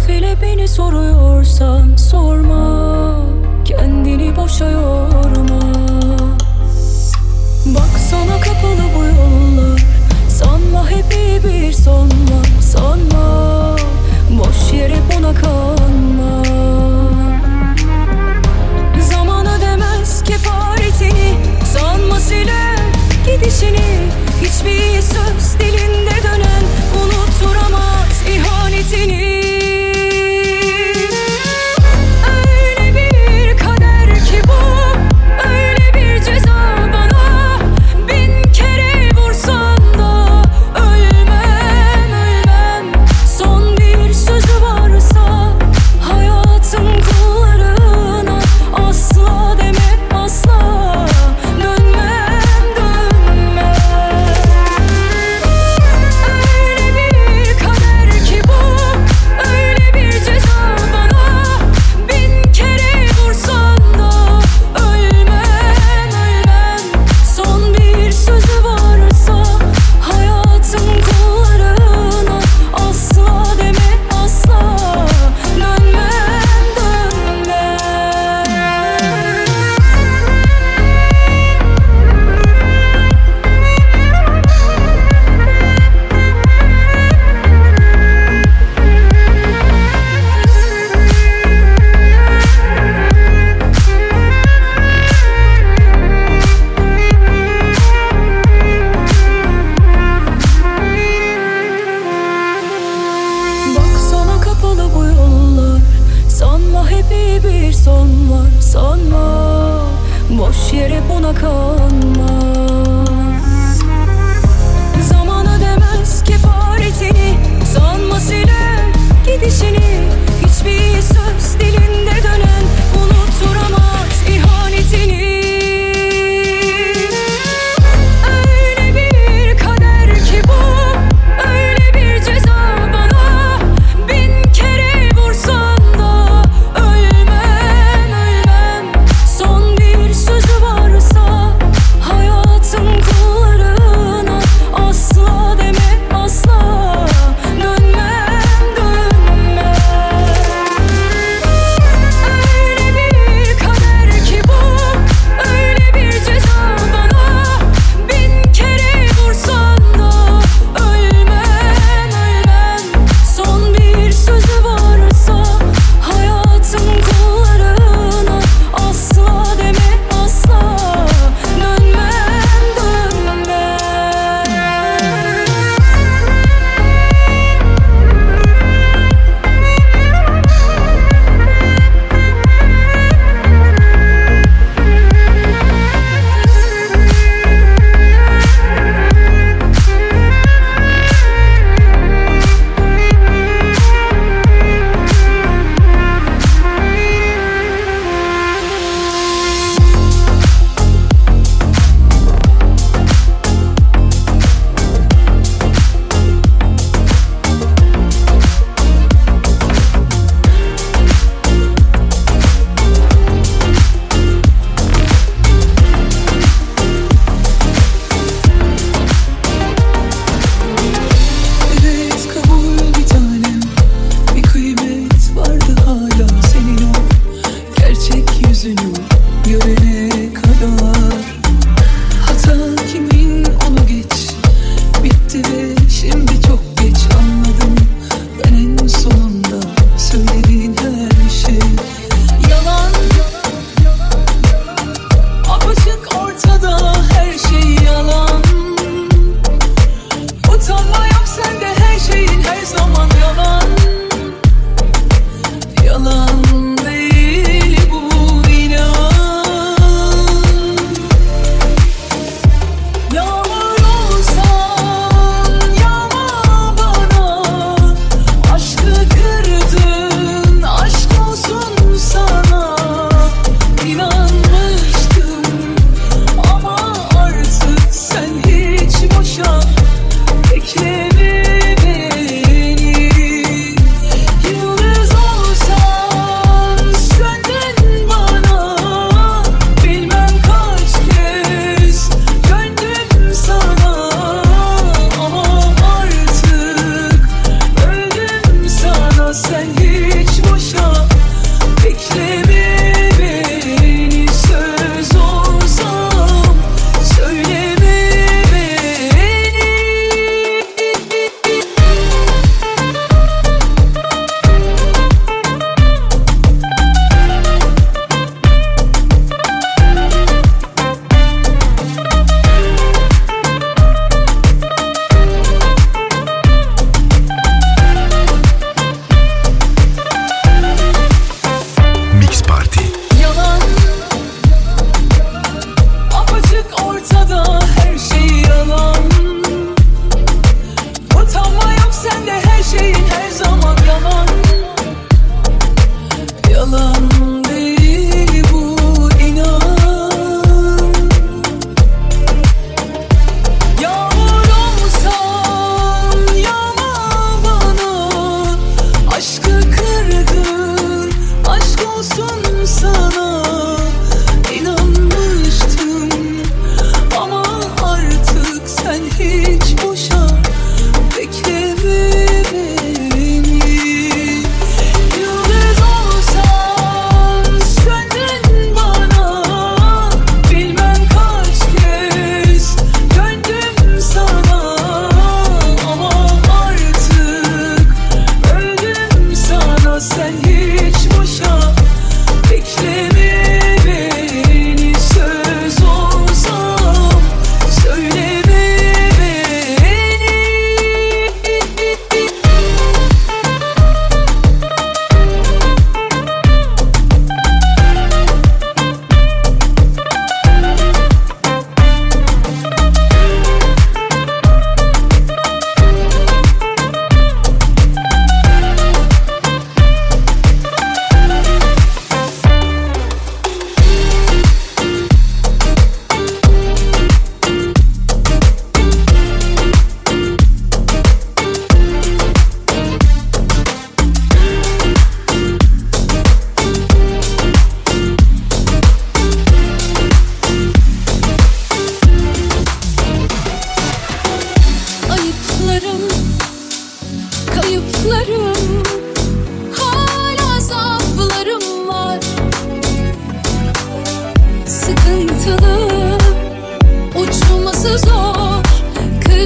Nafile beni soruyorsan sorma, kendini boşa yorma. Baksana kapalı bu yollar, sanma hep iyi bir son var. Sanma, boş yere buna kanma. Zaman ödemez kefaretini, sanma siler gidişini. Hiçbir söz dilinde dönen unutturamaz ihanetini. Öyle bir kader ki bu, öyle bir ceza bana. Bin kere vursan da ölmem, ölmem. Son bir sözü varsa hayatın kullarına, asla deme asla, dönmem, dönmem. Öyle bir kader ki bu, öyle bir ceza bana. Bin kere vursan da ölmem, ölmem. Son bir sözü varsa hayatın kullarına, asla deme asla, dönmem, dönmem. Baksana kapalı bu yollar, sanma hep iyi bir son var. Sanma, boş yere buna kanma. Zaman ödemez kefaretini, sanma siler gidişini. Hiçbir söz dilinde dönen unutturamaz ihanetini. Öyle bir kader ki bu, öyle bir ceza bana. Bin kere vursan da ölmem, ölmem. Son bir sözü varsa hayatın kullarına, asla deme asla, dönmem, dönmem.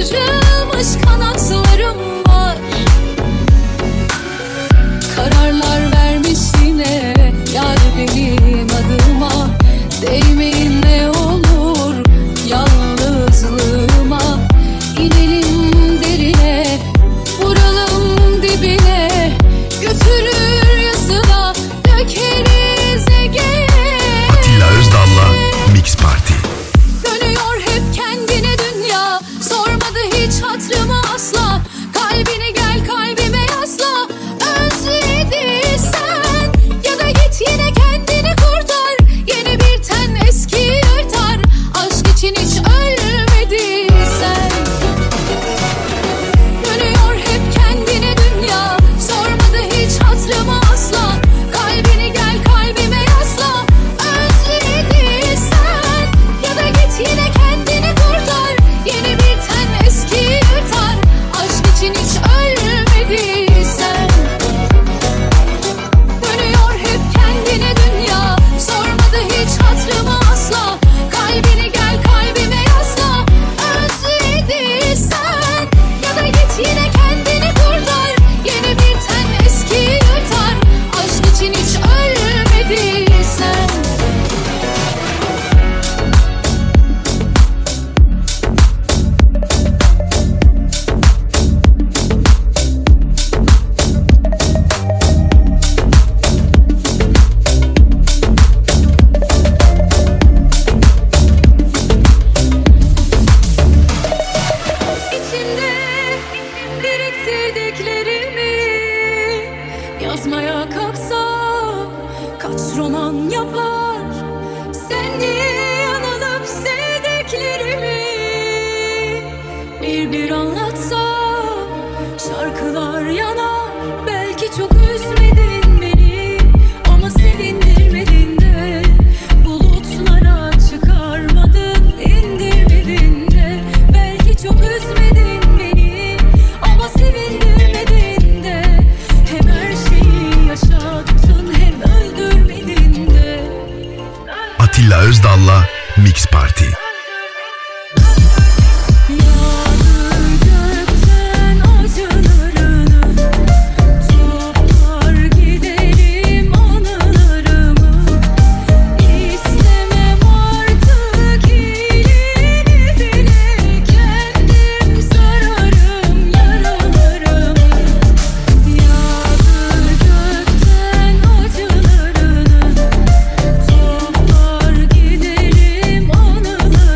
açılmış kanatlarım var. Kararlar vermiş yine yar benim adıma. Değmeyin ne olur yalnızlığıma. İnelim derine, vuralım dibine. Götürür yasına, dökeriz Ege'ye. Atilla Özdal'la Mix Party. Dönüyor hep kendine dünya, sormadı hiç hatırımı asla. Kalbini gel kalbime yasla, özlediysen ya da git yine kendini kurtar. Yeni bir ten eski yırtar, aşk için hiç ölmediysen. Dönüyor hep kendine dünya, sormadı hiç hatırımı asla. Kalbini gel kalbime yasla, özlediysen ya da git yine kendini kurtar. Yeni bir ten eski yırtar, aşk için hiç ölmediysen. Dönüyor hep kendine dünya, sormadı hiç hatırımı asla. Kalbini gel kalbime yasla, özlediysen ya da git yine kendini kurtar. Yeni bir ten eski yırtar, aşk için hiç ölmediysen. İçimde biriktirdiklerimi yazmaya kalksam kaç roman yapar. Sen diye yanılıp sevdiklerimi bir bir anlatsam şarkılar yanar. Belki çok üzmedin beni ama sevindirmedin de. Bulutlara çıkarmadın, indirmedin de. Belki çok üzmedin beni ama sevindirmedin de. Hem her şeyi yaşattın hem öldürmedin de. Atilla Özdal'la Mix Party. Yağdır gökten acılarını, toplar giderim anılarımı. İstemem artık iyiliğini bile, kendim sararım yaralarımı. Yağdır gökten acılarını, toplar giderim anılarımı.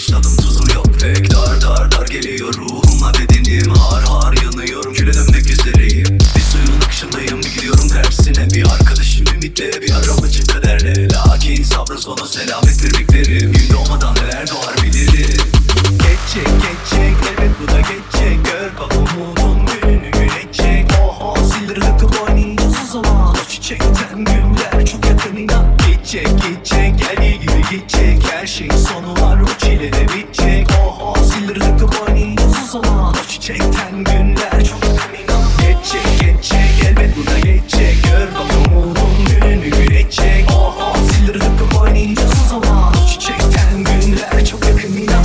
hiç tadım tuzum yok pek. Dar dar dar geliyor ruhuma, bedenim har har yanıyorum. Küle dönmek üzereyim, bir suyun akışındayım. Bir gidiyorum tersine, bir arkadaşım ümitle, bir arabacı kaderle. Lakin sabrın sonu selamettir beklerim. Gün doğmadan neler doğar bilirim. Geçecek geçecek elbet bu da geçecek. Gör bak umudun gününü gülecek. Oha sildirlik oynayacağız o zaman. O çiçekten günler çok yakın inan. Geçecek geçecek geldiği gibi geçecek. Her şeyin sonu var, o çile de bitecek. Oha sildirlik oynayacağız o zaman. O çiçekten günler çok yakın inan. Geçecek geçecek elbet bu da geçecek. Gör bak umudun gününü gülecek. Oha sildirlik oynayacağız o zaman. O çiçekten günler çok yakın inan.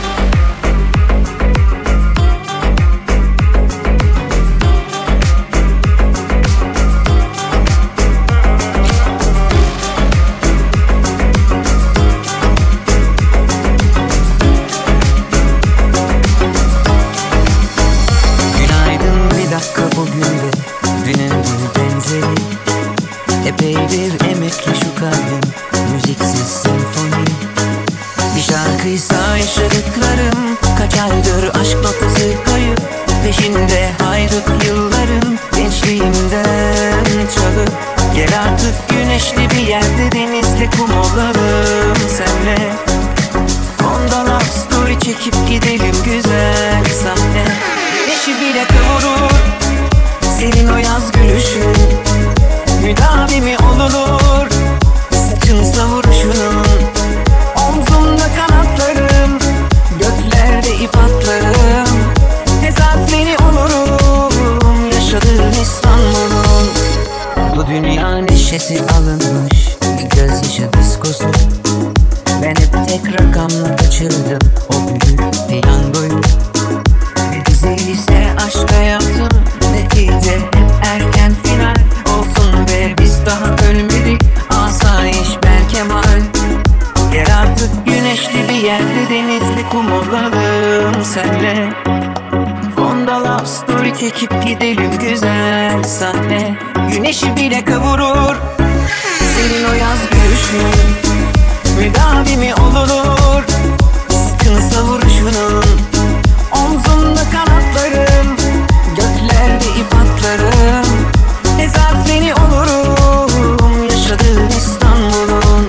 Epeydir emekli şu kalbim, müziksiz senfoni. Bir şarkıysa yaşadıklarım, kaç aydır aşk notası kayıp. Peşinde haydut yıllarım, gençliğimden çalıp. Gel artık güneşli bir yerde, denizli kum olalım senle. Fonda love story çekip gidelim güzel sahne. Güneşi bile kavurur senin o yaz gülüşün. Müdavimi olunur saçın savuruşunun. Omzumda kanatlarım, göklerde ip atlarım. Tezahürleri olurum yaşadığım İstanbul'un. Bu dünya neşesi alınmış bir gözyaşı diskosu. Ben hep tek rakamla kaçırdım o büyük piyangoyu. Bizi ise aşka yaptım, netice hep erken final. Olsun be biz daha ölmedik, asayiş Berkemal. Gel artık güneşli bir yerde, denizli kum olalım senle. Fonda love story çekip gidelim güzel sahne. Güneşi bile kavurur senin o yaz gülüşün. Müdavimi olunur sakın savuruşunun. Omzumda kanatlarım, göklerde ip atlarım. Tezahürleri olurum yaşadığım İstanbul'un.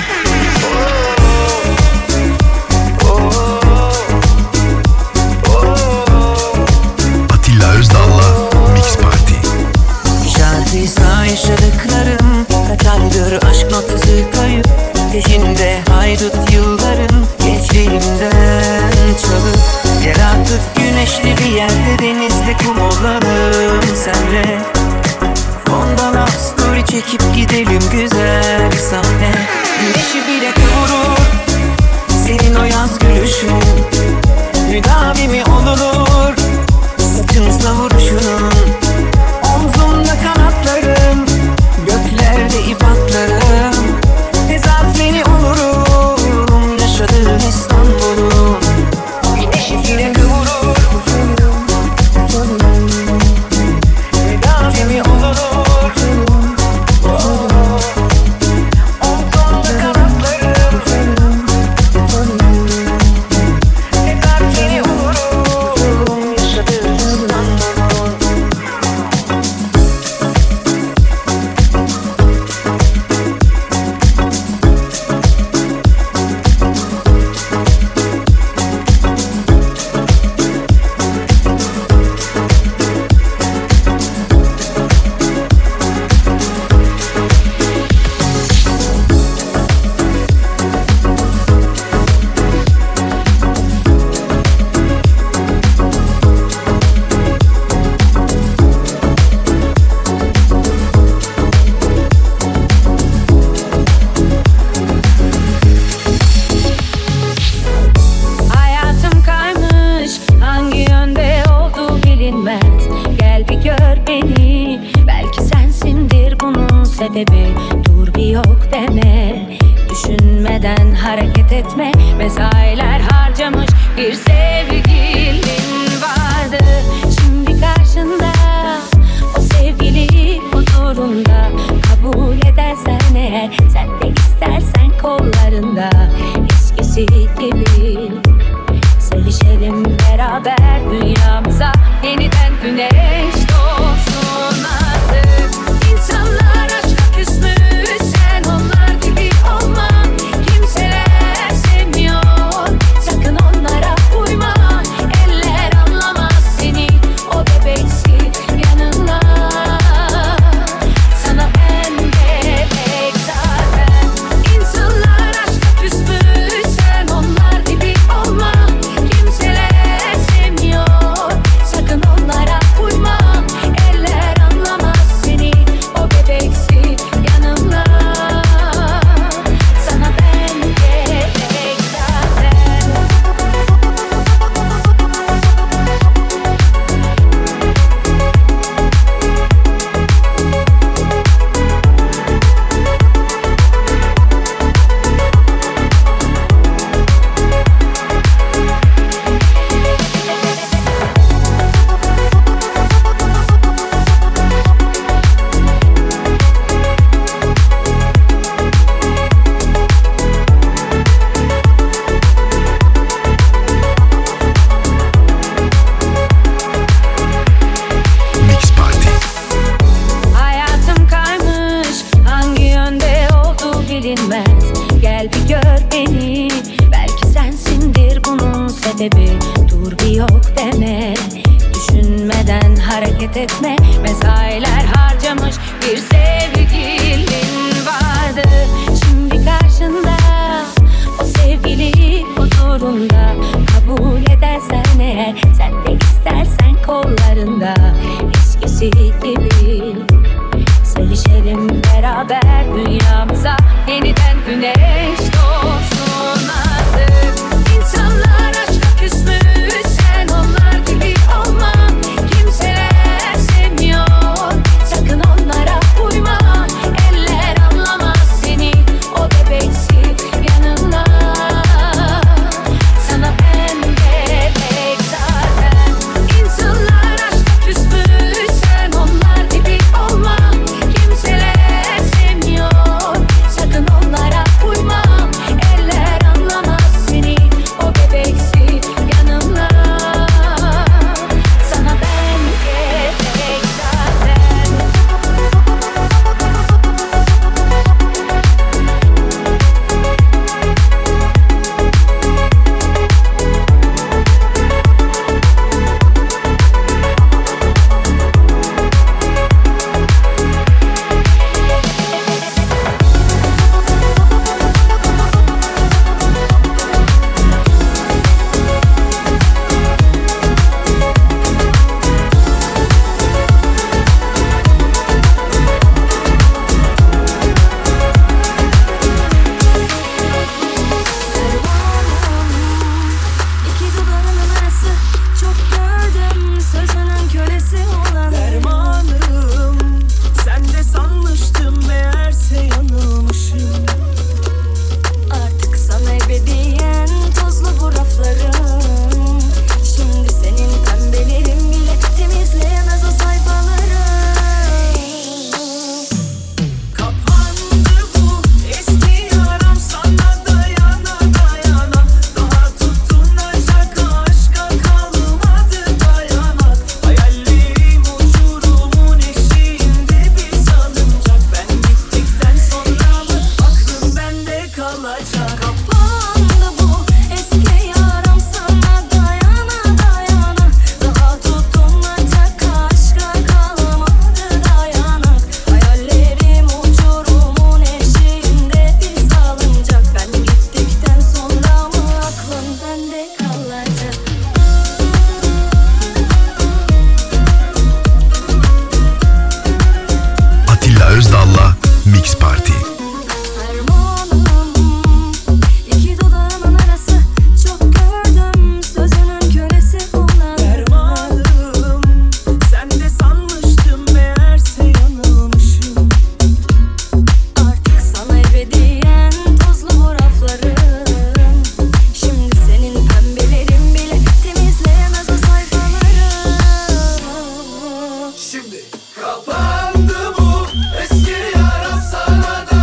Atilla Özdal'la Mix Party. Şarkıysa yaşadıklarım, kaç aydır aşk notası kayıp. Peşinde haydut yılların, gençliğimden çalıp. Gel artık güneşli bir yerde, denizli kum olalım senle. Fonda love story çekip gidelim güzel sahne. Güneşi bile kavurur senin o yaz gülüşün. Müdavimi olunur saçın savuruşunun. Omzumda kanatlarım, göklerde ip atlarım. Tezahürleri olurum yaşadığım İstanbul'un. Güneşi bile kavurur müdavimi olunur. Omzumda kanatlarım, tezahürleri olurum yaşadığım İstanbul'un. Hayatım kaymış, hangi yönde olduğu bilinmez. Gel bir gör beni, belki sensindir bunun sebebi. Dur bir yok deme, düşünmeden hareket etme. Mesailer harcamış bir sevgilin vardı. Şimdi karşında o sevgili huzurunda. Kabul edersen eğer, sen de istersen kollarında. Eski eskisi gibi. Sevişelim beraber dünyamıza yeniden güneş doğsun artık. İnsanlar aşka küsmüş, sen onlar gibi olma. Kimseler sevmiyor, sakın onlara uyma. Eller anlamaz seni, o bebeksi yanında. Sana ben bebek zaten. İnsanlar aşka küsmüş, sen onlar gibi olma. Kimseler sevmiyor, sakın onlara uyma. Eller anlamaz seni, o bebeksi yanımda. Sana ben bebek zaten. Mix Party. Hayatım kaymış, hangi yönde olduğu bilinmez. Gel bir gör beni, belki sensindir bunun sebebi. Dur bir yok deme, düşünmeden hareket etme. Mesailer harcamış bir sevgilin vardı. Şimdi karşında o sevgili huzurunda. Kabul edersen eğer, sen de istersen kollarında. Eskisi gibi sevişelim beraber dünyamıza yeniden güneş doğsun artık. İnsanlar aşka küsmüş, sen onlar gibi olma. Kimseler sevmiyor, sakın onlara uyma. Eller anlamaz seni, o bebeksi yanında. Sana ben bebek zaten. İnsanlar aşka küsmüş, sen onlar gibi olma. Kimseler sevmiyor, sakın onlara uyma. Eller anlamaz seni, o bebeksi yanımda. Sana ben bebek zaten. İki dudağının arası, çok gördüm sözünün kölesi olan. Dermanım, sen de sanmıştım meğerse yanılmışım. Artık sana ebediyen tozlu bu raflarım. Şimdi senin pembelerin bile temizleyemez o sayfaları. Kapandı bu eski yaram, sana dayana dayana. Daha tutunacak aşka kalmadı dayanak. Hayallerim uçurumun eşiğinde bir salıncak. Ben gittikten sonra mı aklım bende kalacak? Kapandı bu eski yaram, sana dayana dayana. Daha tutunacak aşka kalmadı dayanak. Hayallerim uçurumun eşiğinde bir salıncak. Ben gittikten sonra mı aklın bende kalacak? Atilla Özdal'la Mix Party. Dermanım, iki dudağının arası, çok gördüm sözünün kölesi olan. Dermanım, sen de sanmıştım meğerse yanılmışım. Artık sana ebediyen tozlu bu raflarım. Şimdi senin pembelerin bile temizleyemez o sayfaları. Şimdi kapandı bu eski yaram, sana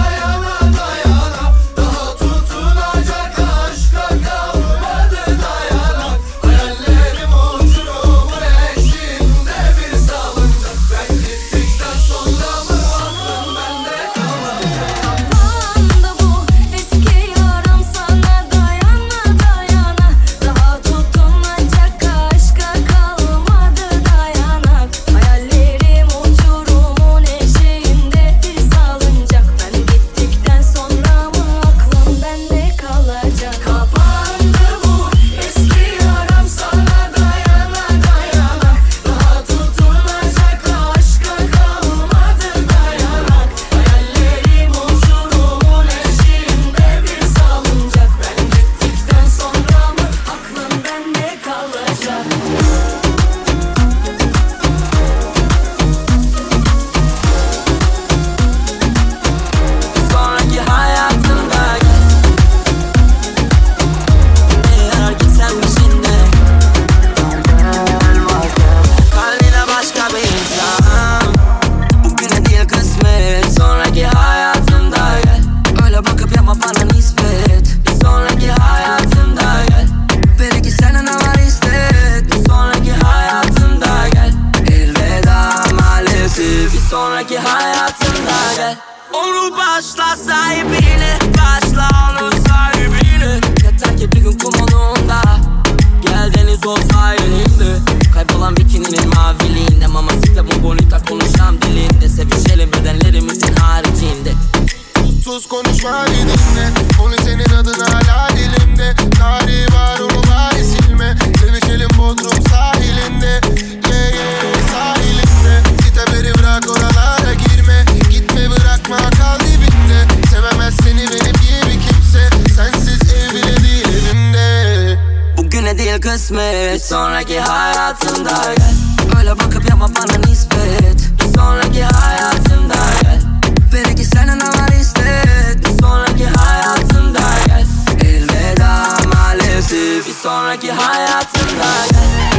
Onu başla sahibiyle, başla onun sahibiyle. Yeter ki bir gün kumonunda, gel deniz ol sahilinde. Kaybolan bikininin maviliğinde, Mamacita bu bonita konuşan dilinde. Sevişelim bedenlerimizin haricinde. Sus konuşma dinle, onu senin adın hala dilimde. Tarihi var onu bari silme. Sevişelim Bodrum sahilinde, yeah yeah sahilinde. Siteleri bırak oralara girme, gitme bırakma kal dibinde. Sevemez seni benim gibi kimse, sensiz ev bile değil evimde. Bugüne değil kısmet, bir sonraki hayatımda gel. Öyle bakıp yapma bana nispet, bir sonraki hayatımda gel. Belki senin ama istek, bir sonraki hayatımda gel. Elveda maalesef, bir sonraki hayatımda gel.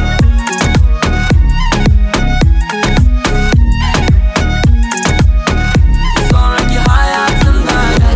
Bir sonraki hayatımda gel.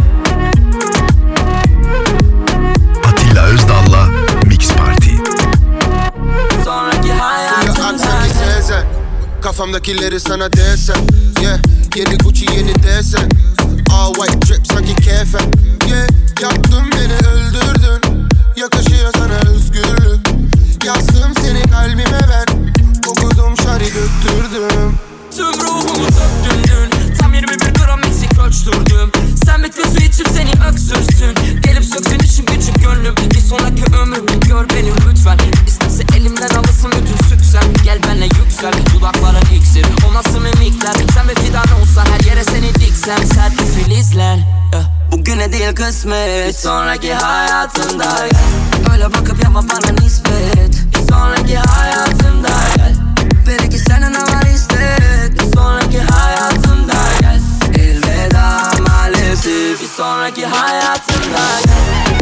Atilla Özdal'la Mix Party. Bir sonraki hayatımda Aksanki gel. sezen, kafamdakileri sana desem. Yeah, yeni Gucci yeni desen. All white drip sanki kefen. Yeah, yaktın beni öldürdün. Yakışıyor sana özgürlük. Yazdım seni kalbime ben. Okudum şari döktürdüm. Tüm ruhumu döktün dün. Tam 21 gram eksik ölçtürdüm. Sen bitme su içip seni öksürsün. Gelip söksün işim gücüm gönlüm. Bir sonraki ömrümü gör beni lütfen. İsterse elimden alırsın bütün süksen. Gel benle yüksel, dudakların iksir. O nasıl mimikler, sen bir fidan olsan her yere seni diksem. Sert bir filizlen, bugüne değil kısmet, bir sonraki hayatımda gel. Öyle bakıp yapma bana nispet, bir sonraki hayatımda gel. Belki senin ama istek, bir sonraki hayatımda gel. Elveda maalesef, bir sonraki hayatımda gel.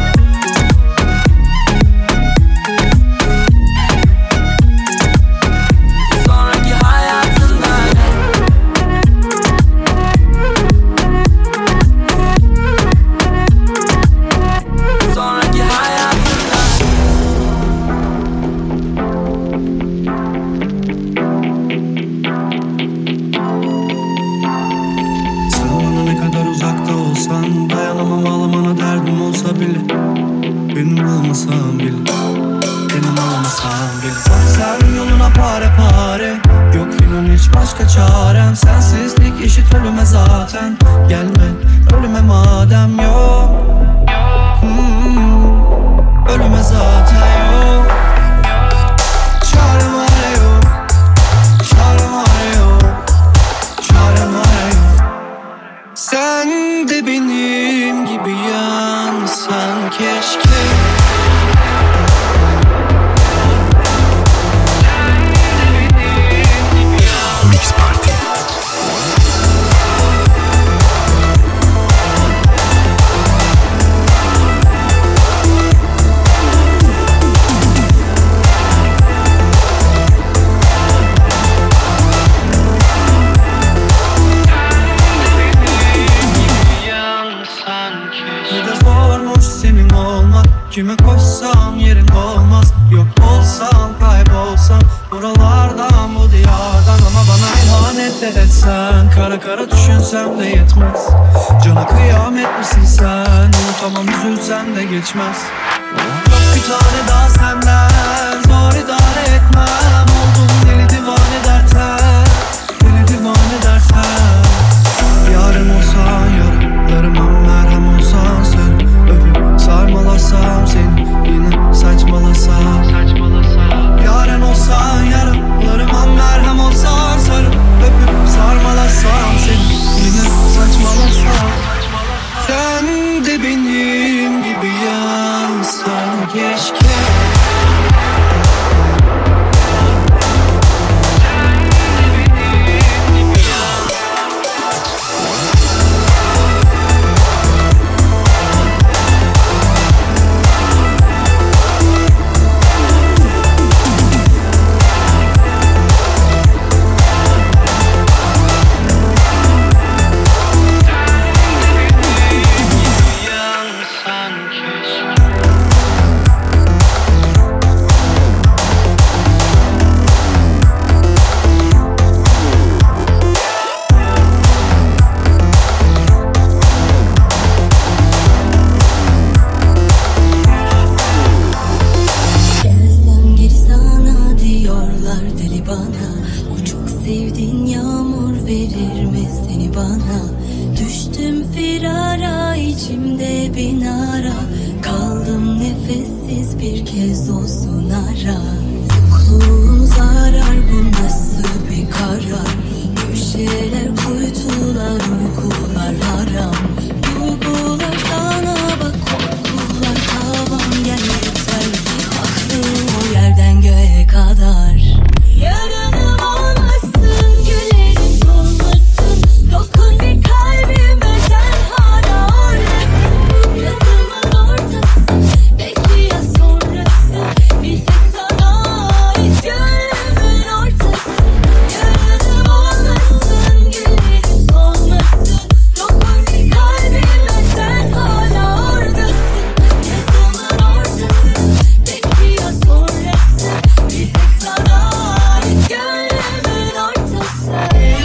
Bir sonraki hayatımda gel. Bir sonraki hayatımda gel. Sen bana ne kadar uzakta olsan, dayanamam ağlamana derdim olsa bile. Benim olmasan bile, benim olmasan bile. Sen yoluna pare pare, yok inan hiç başka çarem. Sensizlik eşit ölüme zaten. Gelme ölüme madem yok. Ölüme zaten yok. Çarem var yok, çarem var yok, çarem var yok. Sen de benim gibi yansan keşke. Mix Party. Ne de zormuş senin olmak, kime koşsam yerin olmaz. Yok olsam kaybolsam buralardan bu diyardan. Ama bana ihanet de etsen, kara kara düşünsem de yetmez. Cana kıyamet misin sen, unutamam üzülsem de geçmez. Yok bir tane daha senden, zor idare etmem. Oldum deli divane derten, deli divane derten. Yarın olsan yaralarıma merhem olsan sen. Öpüp sarmalasam seni, yine saçmalasam. Yarın olsan yaralarıma merhem olsan sen. Öpüp sarmalasam seni, yine saçmalasam. Sen de benim gibi yansan keşke. Düştüm firara, içimde bin ara. Kaldım nefessiz, bir kez olsun ara. Yokluğum zarar, bu nasıl bir karar? Köşeler, kuytular, uykular haram. Duygular sana bak, korkular tavan. Gel yeter ki haklı o yerden göğe kadar. Yarınım olmasın, gülerim solmasın. Dokun bir kalbime, sen hala oradasın. Yazımın ortası, belki ya sonrası. Bir tek sana ait gönlümün ortası. Yarınım olmasın, gülerim solmasın. Dokun bir kalbime, sen hala oradasın. Yazımın ortası, belki ya sonrası. Bir tek sana ait gönlümün ortası.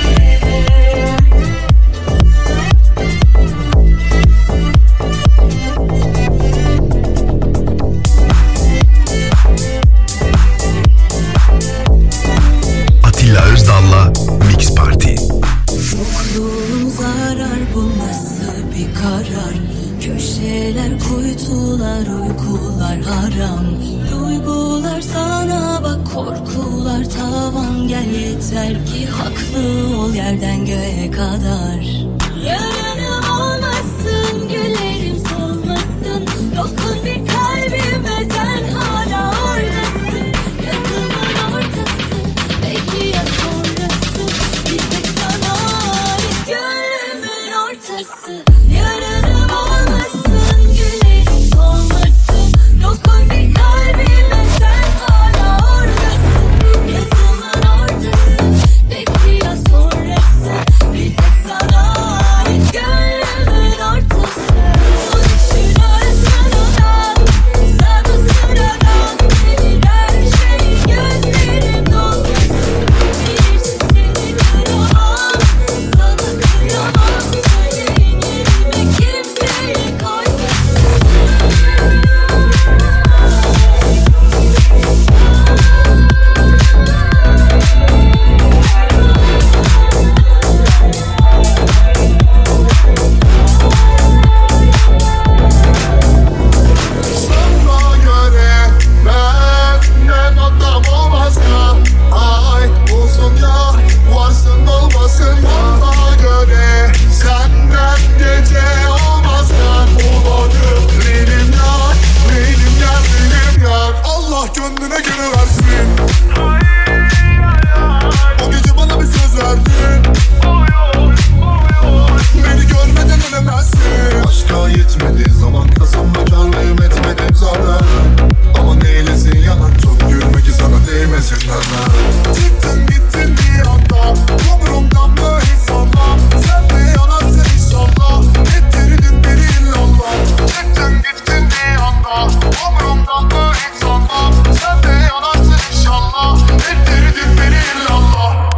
Atilla Özdal'la Mix Party. Yokluğum zarar, bu nasıl bir karar? Köşeler, kuytular, uykular haram. Duygular sana bak, korkular tavan. Gel yeter ki haklı ol yerden göğe kadar. Yarınım olmasın, gülerim solmasın. Dokun bir kalbime, sen hala oradasın. Yazımın ortası, belki ya sonrası. Bir tek sana ait gönlümün ortası. Yarınım olmasın, gülerim solmasın. Dokun bir kalbime, sen hala oradasın. Yazımın ortası, belki ya sonrası. Bir tek sana ait gönlümün ortası. Düşünür sıradan, sana sıradan. Gelir her şey gözlerim dolmasın. Bilirsin seni kıramam, sana kıyamam. Söyleyin yerime kimseyi koymasın. Sana göre benden adam olmaz ya. Ay olsun ya, varsın olmasın ya. Bana göre senden gece olmaz ya. Olanım benim yar, benim yar, benim yar. Allah gönlüne göre versin. O gece bana bir söz verdin. Beni görmeden ölemezsin. Aşka yetmedi, zaman kasamda karlıyım, etmedim zaten. Ama neylesin yalan, çok gülme ki sana değmesin nazar. Çıktın gittin bir anda, umurumdan mı hiç sanmam. Sen de yanarsın inşallah, ettirdin beni illallah. Çıktın gittin bir anda, umurumdan mı hiç sanmam. Sen de yanarsın inşallah, ettirdin beni illallah.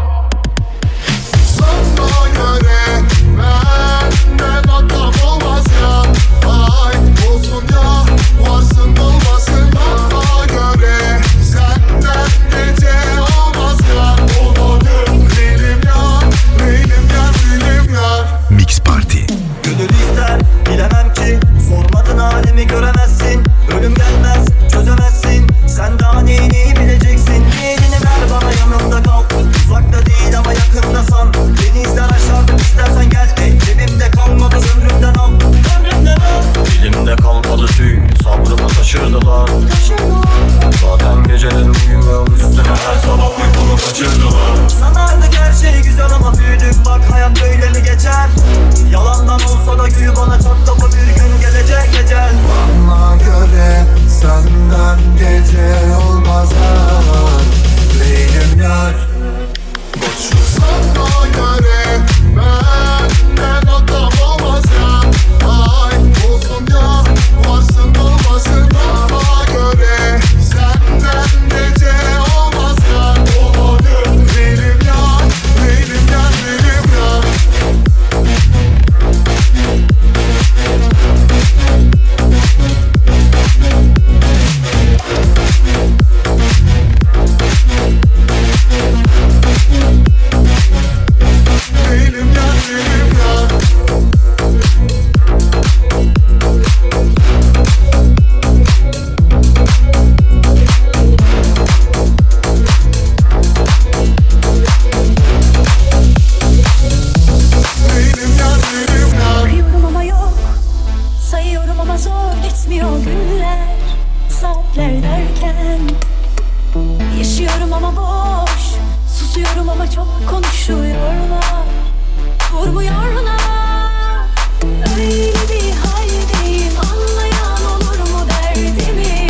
Sana göre benden adam olmaz ya. Ay olsun ya, varsın olmasın. Bana göre senden gece olmaz ya. Olanım benim yar, benim yar, benim yar. Mix Party. Gönül ister, bilemem ki. Sormadın halimi göremezsin. Ölüm gelmez, çözemezsin. Sen daha neyini bileceksin. Bir elini ver bana, yanımda kal. Uzakta değil ama yakındasan. Beni ister aşağıda, istersen gel. Cebimde kalmadı, ömrümden al. Ömrümden al. Elimde kalmadı tüy, sabrımı taşırdılar. Zaten geceleri uyumuyorum, üstüne her sabah uykumu kaçırdılar. Sanardık her şey güzel ama büyüdük, bak hayat böyle mi geçer? Yalandan olsa da gül bana, çat kapı bir gün gelecek ecel. Bana göre sen Kesmiyor günler, saatler derken. Yaşıyorum ama boş, susuyorum ama çok konuşuyorlar. Vurmuyorlar. Öyle bir haldeyim, anlayan olur mu derdimi?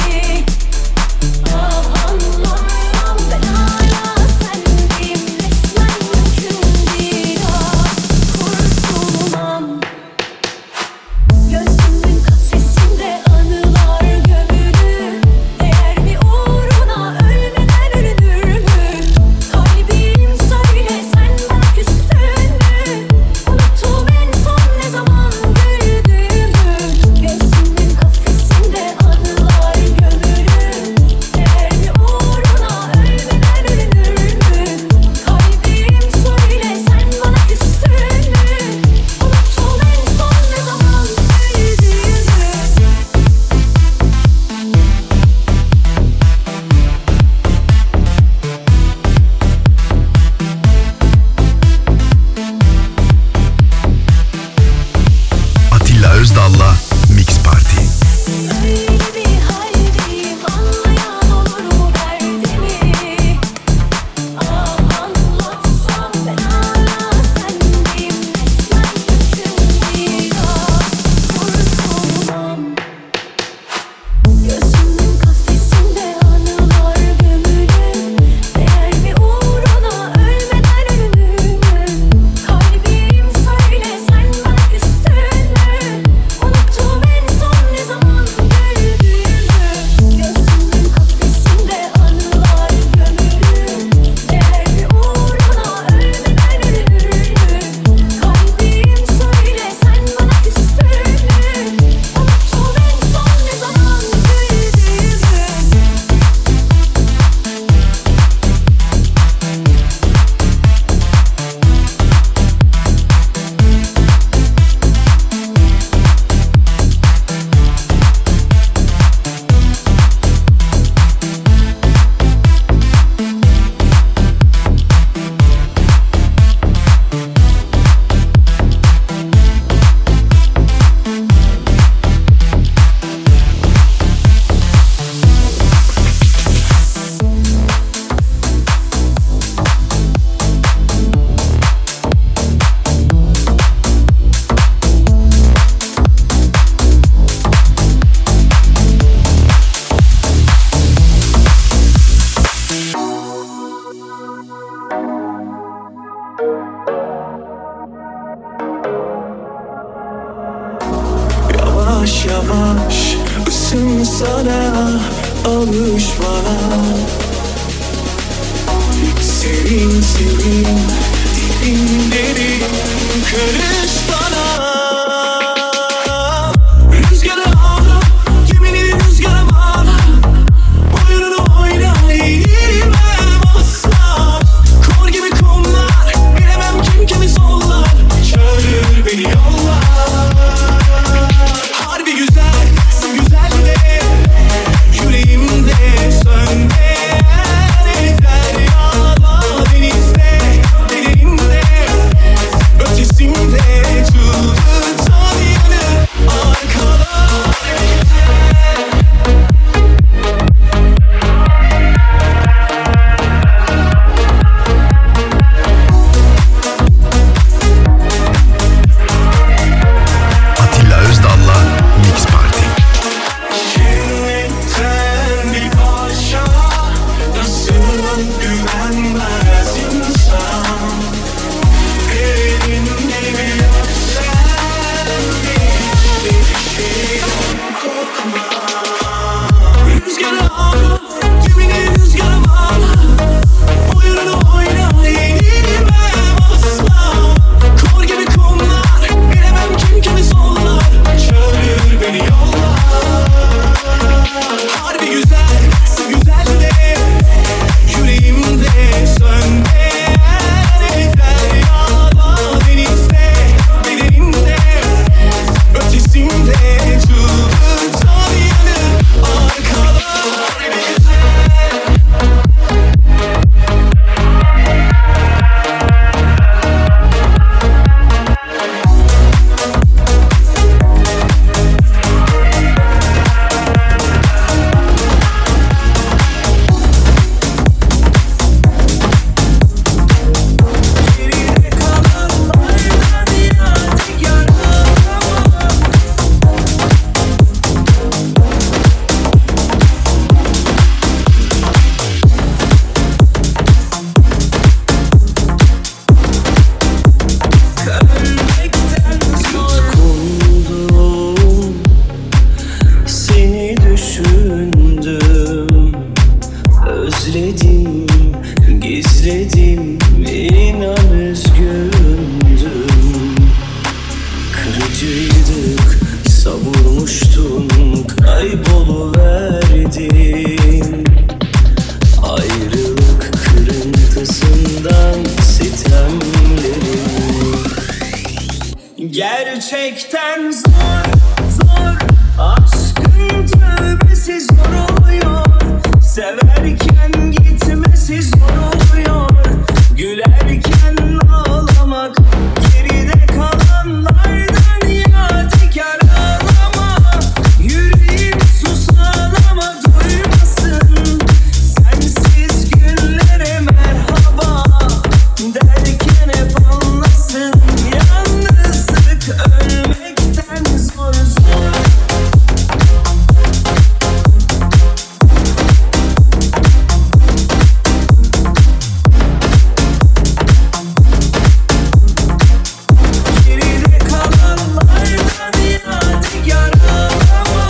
Ah anlatsam ben hala sendeyim. Resmen mümkün değil, ah kurtulmam. Gözümün kafesinde anılar gömülü. Değer mi uğruna ölmeden ölünür mü? Kalbim söyle sen bana küstün mü? Unuttum en son ne zaman güldüğümü. Gözümün kafesinde anılar gömülü. Değer mi uğruna ölmeden ölünür mü? Kalbim söyle sen bana küstün mü? Unuttum en son ne zaman güldüğümü. Atilla Özdal'la Mix Party. Öyle bir haldeyim, anlayan olur mu derdimi? Ah anlatsam ben hala sendeyim. Resmen mümkün değil, ah kurtulmam. Gözümün kafesinde anılar gömülü. Değer mi uğruna ölmeden ölünür mü? Kalbim söyle sen bana küstün mü? Unuttum en son ne zaman güldüğümü. Gözümün kafesinde anılar gömülü. Değer mi uğruna ölmeden ölünür mü? Kalbim söyle sen bana küstün mü? Unuttum en son ne zaman güldüğümü. Yavaş yavaş ısınsana, alış bana. Serin serin, derin derin karış bana. Rüzgara ağla, gemini rüzgara bağla. Oyununu oyna, yenilmem asla. Kor gibi kumlar, bilemem kim kimi sollar. Çağırır beni yollar. Harbi güzelsin güzel de, yüreğimde sönde. Deryada denizde, derinde, ötesinde. kayboluverdim. Ayrılık kırıntısından sitemlerim. Gerçekten zor, zor, aşkın tövbesi zor oluyor. Severken gitmesi zor oluyor. Gülerken ağlamak, geride kalanlardan yadigar ağlama. Yüreğim sus ağlama, duymasın. Sensiz günlere merhaba derken hep anlasın. Yalnızlık ölmekten zor zor. Geride kalanlardan yadigar ağlama.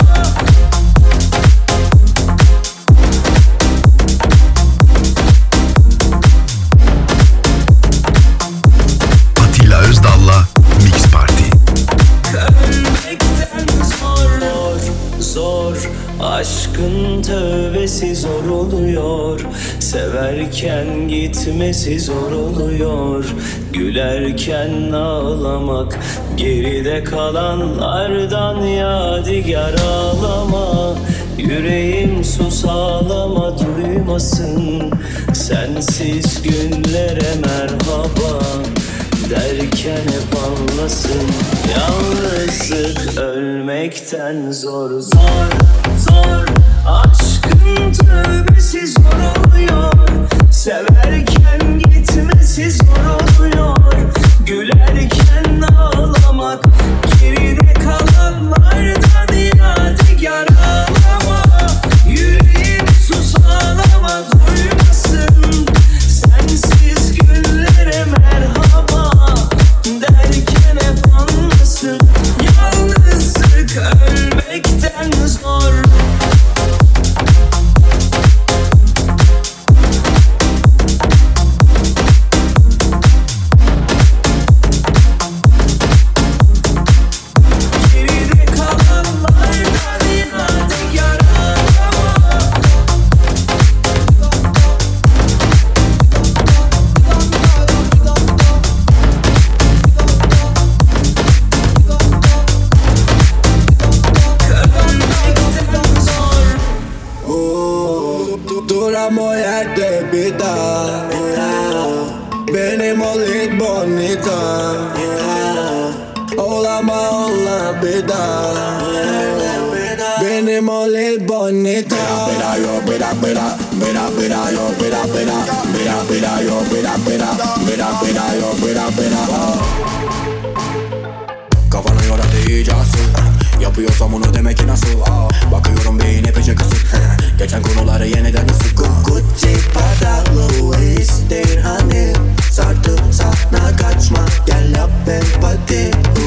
Atilla Özdal'la Mix Party. Ölmekten zor, zor, aşkın tövbesi zor oluyor. Severken gitmesi zor oluyor. Gülerken ağlamak, geride kalanlardan yadigar ağlama. Yüreğim sus ağlama, duymasın. Sensiz günlere merhaba derken hep anlasın. Yalnızlık ölmekten zor zor, zor, aşkın tövbesi zor oluyor. Severken gitmesi zor oluyor. Gülerken ağlamak, geride kalanlardan yadigar ağlama. Yüreğim sus ağlama, duymasın. Sensiz günlere merhaba derken hep anlasın. Yalnızlık ölmekten zor. Geride kalanlardan yadigar ağlama. Ölmekten zor. Duramıyor yerde bir daha. Benim o lit bonita. Olama bir daha. Benim o lit bonita. Bira yo, bira bira, bira bira yo, bira bira, bira bira yo, bira bira, bira bira yo, bira bira. Kafana göre diyeceksin. Yapıyorsam onu demek ki nasıl. Bakıyorum beyin epeyce kısık. Geçen konuları yeniden ısık. Gucci Prada Louis değil hani. Sardı sana kaçma. Gel yap empati.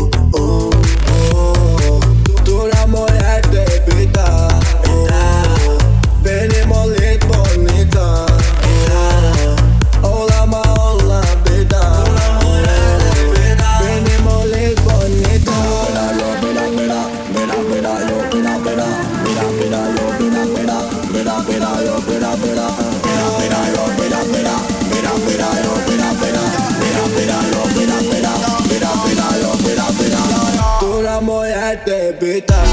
Duramıyor yerde bir daha. Benim o lit bonita. Olama bir daha. Benim o lit bonita. Bira yo, bira bira, bira bira yo, bira bira, bira bira yo, bira bira, bira bira yo, bira bira, bira bira yo, bira bira, bira bira yo, bira bira, bira bira yo, bira bira, bira bira yo, bira bira. Duramıyor yerde bir daha.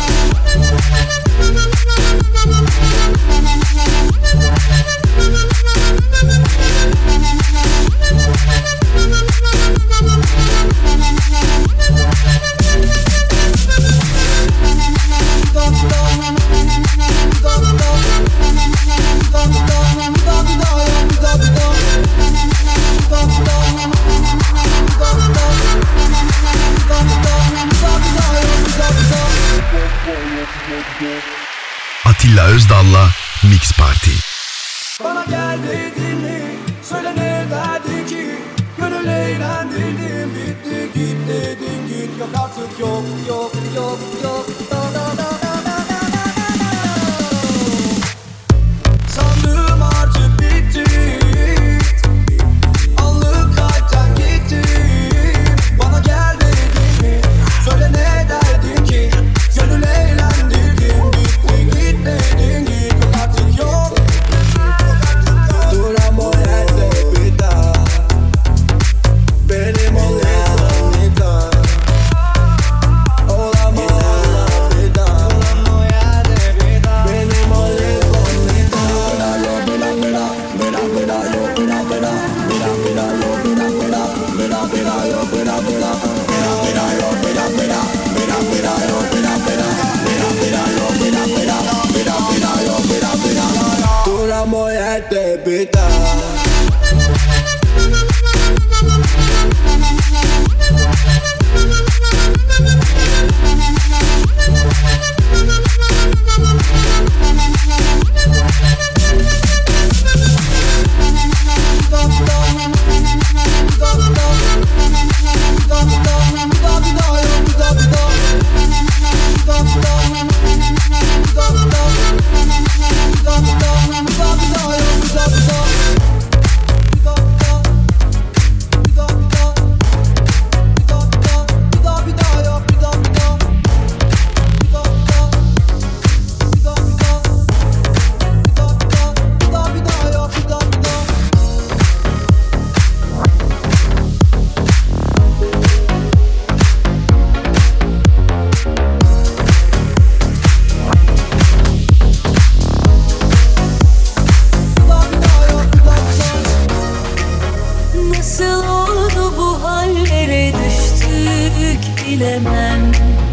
Atilla Özdal'la Mix Party. Bana gel dedin mi? Söyle ne derdin ki? Gönül eğlendirdim, bitti git dedin git. Yok artık yok yok yok yok. Da da da da da da da da. Sandım artık bitti. Anlık kalpten gittim. Bana gel dedin mi? Söyle ne derdin ki? Gönül eğlendirdim, bitti bilemem.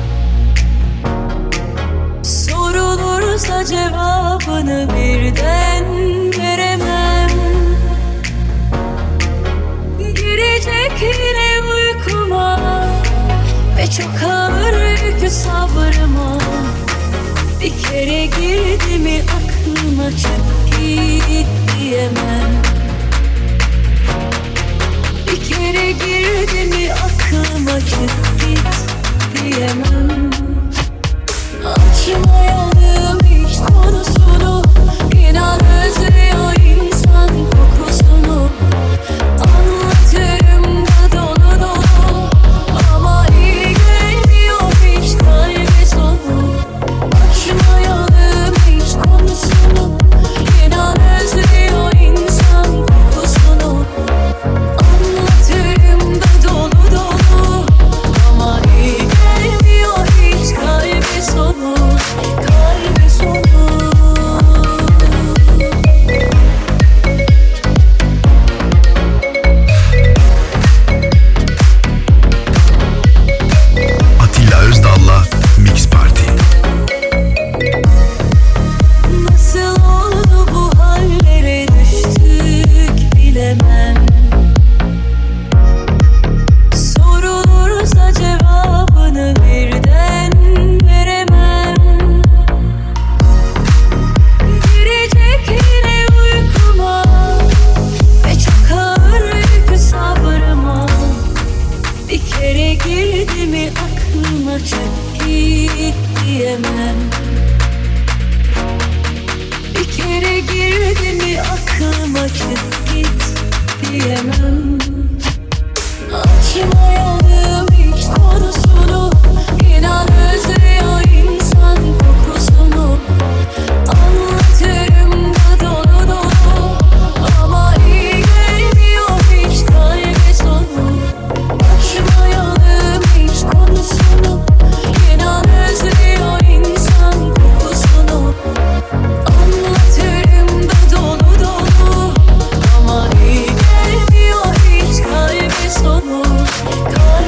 Sorulursa cevabını birden veremem. Girecek yine uykuma ve çok ağır yükü sabrıma. Bir kere girdi mi aklıma çık git diyemem. Bir kere girdi mi aklıma çık git diyemem. Açmayalım hiç konusunu, inan özlüyor insan kokusunu. Anlatırım da dolu dolu ama iyi gelmiyor hiç kalbe sonu. Açmayalım hiç konusunu, inan özlüyor insan kokusunu. Anlatırım da dolu dolu ama iyi gelmiyor hiç kalbe sonu. Kalbe sonu. Atilla Özdal'la Mix Party. Nasıl oldu bu hallere düştük bilemem. Sorulursa cevabını birden veremem. Girecek yine uykuma ve çok ağır yükü sabrıma. Bir kere girdi mi aklıma çık git diyemem. Bir kere girdi mi aklıma çık git diyemem. Açmayalım hiç konusunu, inan özlüyor insan kokusunu. Anlatırım da dolu dolu ama iyi gelmiyor hiç kalbe sonu. Açmayalım hiç konusunu, inan özlüyor insan kokusunu. Anlatırım da dolu dolu ama iyi gelmiyor hiç kalbe sonu.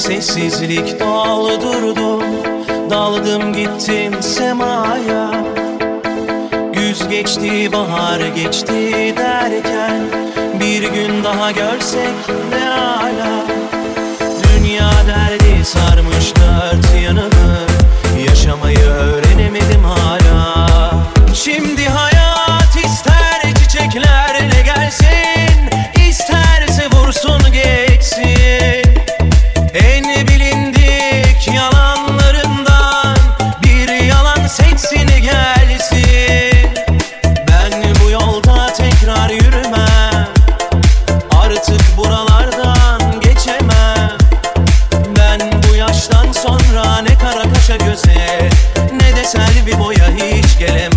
sessizlik doldurdum. Daldım gittim semaya. Güz geçti, bahar geçti derken bir gün daha görsek ne ala. Dünya derdi sarmış dört yanımı, yaşamayı öğrenemedim hala. Şimdi hayat ister çiçeklerle gelsin, isterse vursun geçsin. En bilindik yalanlarından bir yalan seçsin gelsin. Ben bu yolda tekrar yürümem, artık buralardan geçemem. Ben bu yaştan sonra ne kara kaşa göze, ne de selvi boya hiç gelemem.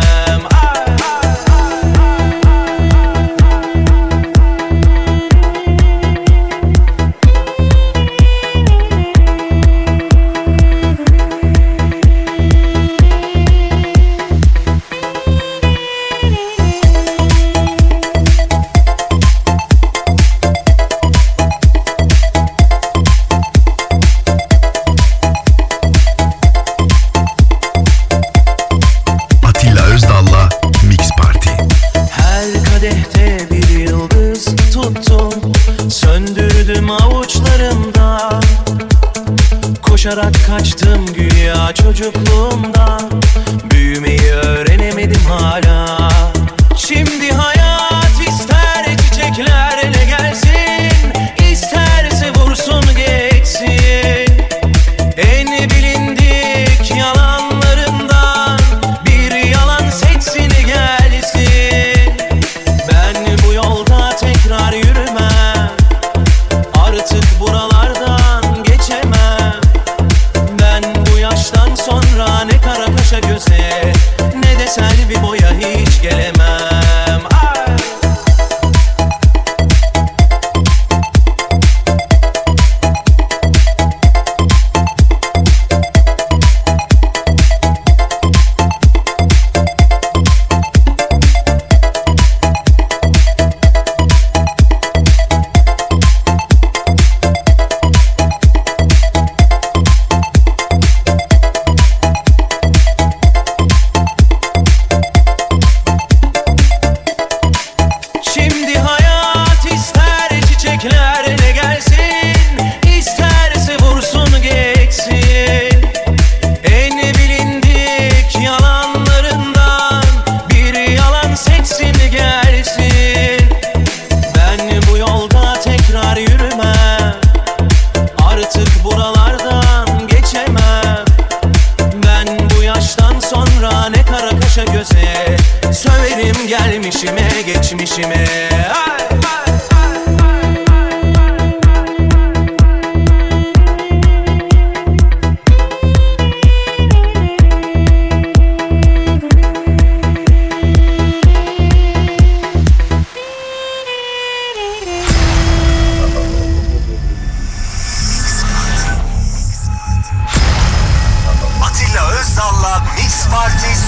Koşarak kaçtım güya çocukluğumdan, büyümeyi öğrenemedim hala. Şimdi hayat ister çiçeklerle gelsin, isterse vursun geçsin. En bilindik yalanlarından bir yalan seçsin gelsin. Ben bu yolda tekrar yürümem, artık buralardan geçemem. Yaştan sonra ne kara kaşa göze, ne de selvi boya hiç gelemem. Söverim gelmişime geçmişime. Atilla Özdal'la Mix Party